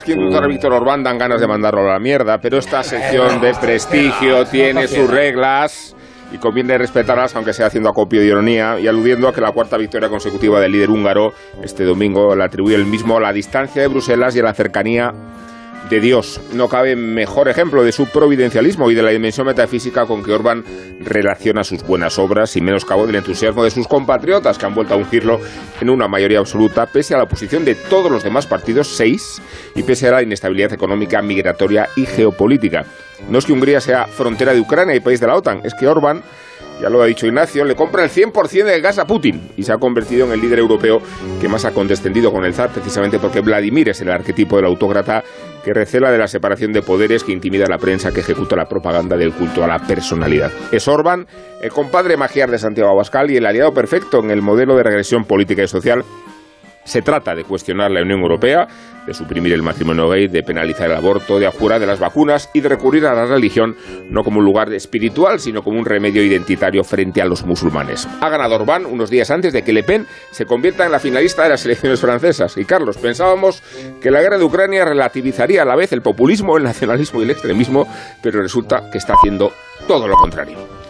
Que indultar a Víctor Orbán dan ganas de mandarlo a la mierda, pero esta sección de prestigio tiene sus reglas y conviene respetarlas, aunque sea haciendo acopio de ironía y aludiendo a que la cuarta victoria consecutiva del líder húngaro este domingo la atribuye él mismo a la distancia de Bruselas y a la cercanía de Dios. No cabe mejor ejemplo de su providencialismo y de la dimensión metafísica con que Orbán relaciona sus buenas obras, y menoscabo del entusiasmo de sus compatriotas, que han vuelto a ungirlo en una mayoría absoluta, pese a la oposición de todos los demás partidos, 6, y pese a la inestabilidad económica, migratoria y geopolítica. No es que Hungría sea frontera de Ucrania y país de la OTAN, es que Orbán, ya lo ha dicho Ignacio, le compra el 100% del gas a Putin y se ha convertido en el líder europeo que más ha condescendido con el zar, precisamente porque Vladimir es el arquetipo del autócrata que recela de la separación de poderes, que intimida a la prensa, que ejecuta la propaganda del culto a la personalidad. Es Orbán, el compadre magiar de Santiago Abascal y el aliado perfecto en el modelo de regresión política y social. Se trata de cuestionar la Unión Europea, de suprimir el matrimonio gay, de penalizar el aborto, de abjurar de las vacunas y de recurrir a la religión no como un lugar espiritual, sino como un remedio identitario frente a los musulmanes. Ha ganado Orbán unos días antes de que Le Pen se convierta en la finalista de las elecciones francesas. Y Carlos, pensábamos que la guerra de Ucrania relativizaría a la vez el populismo, el nacionalismo y el extremismo, pero resulta que está haciendo todo lo contrario.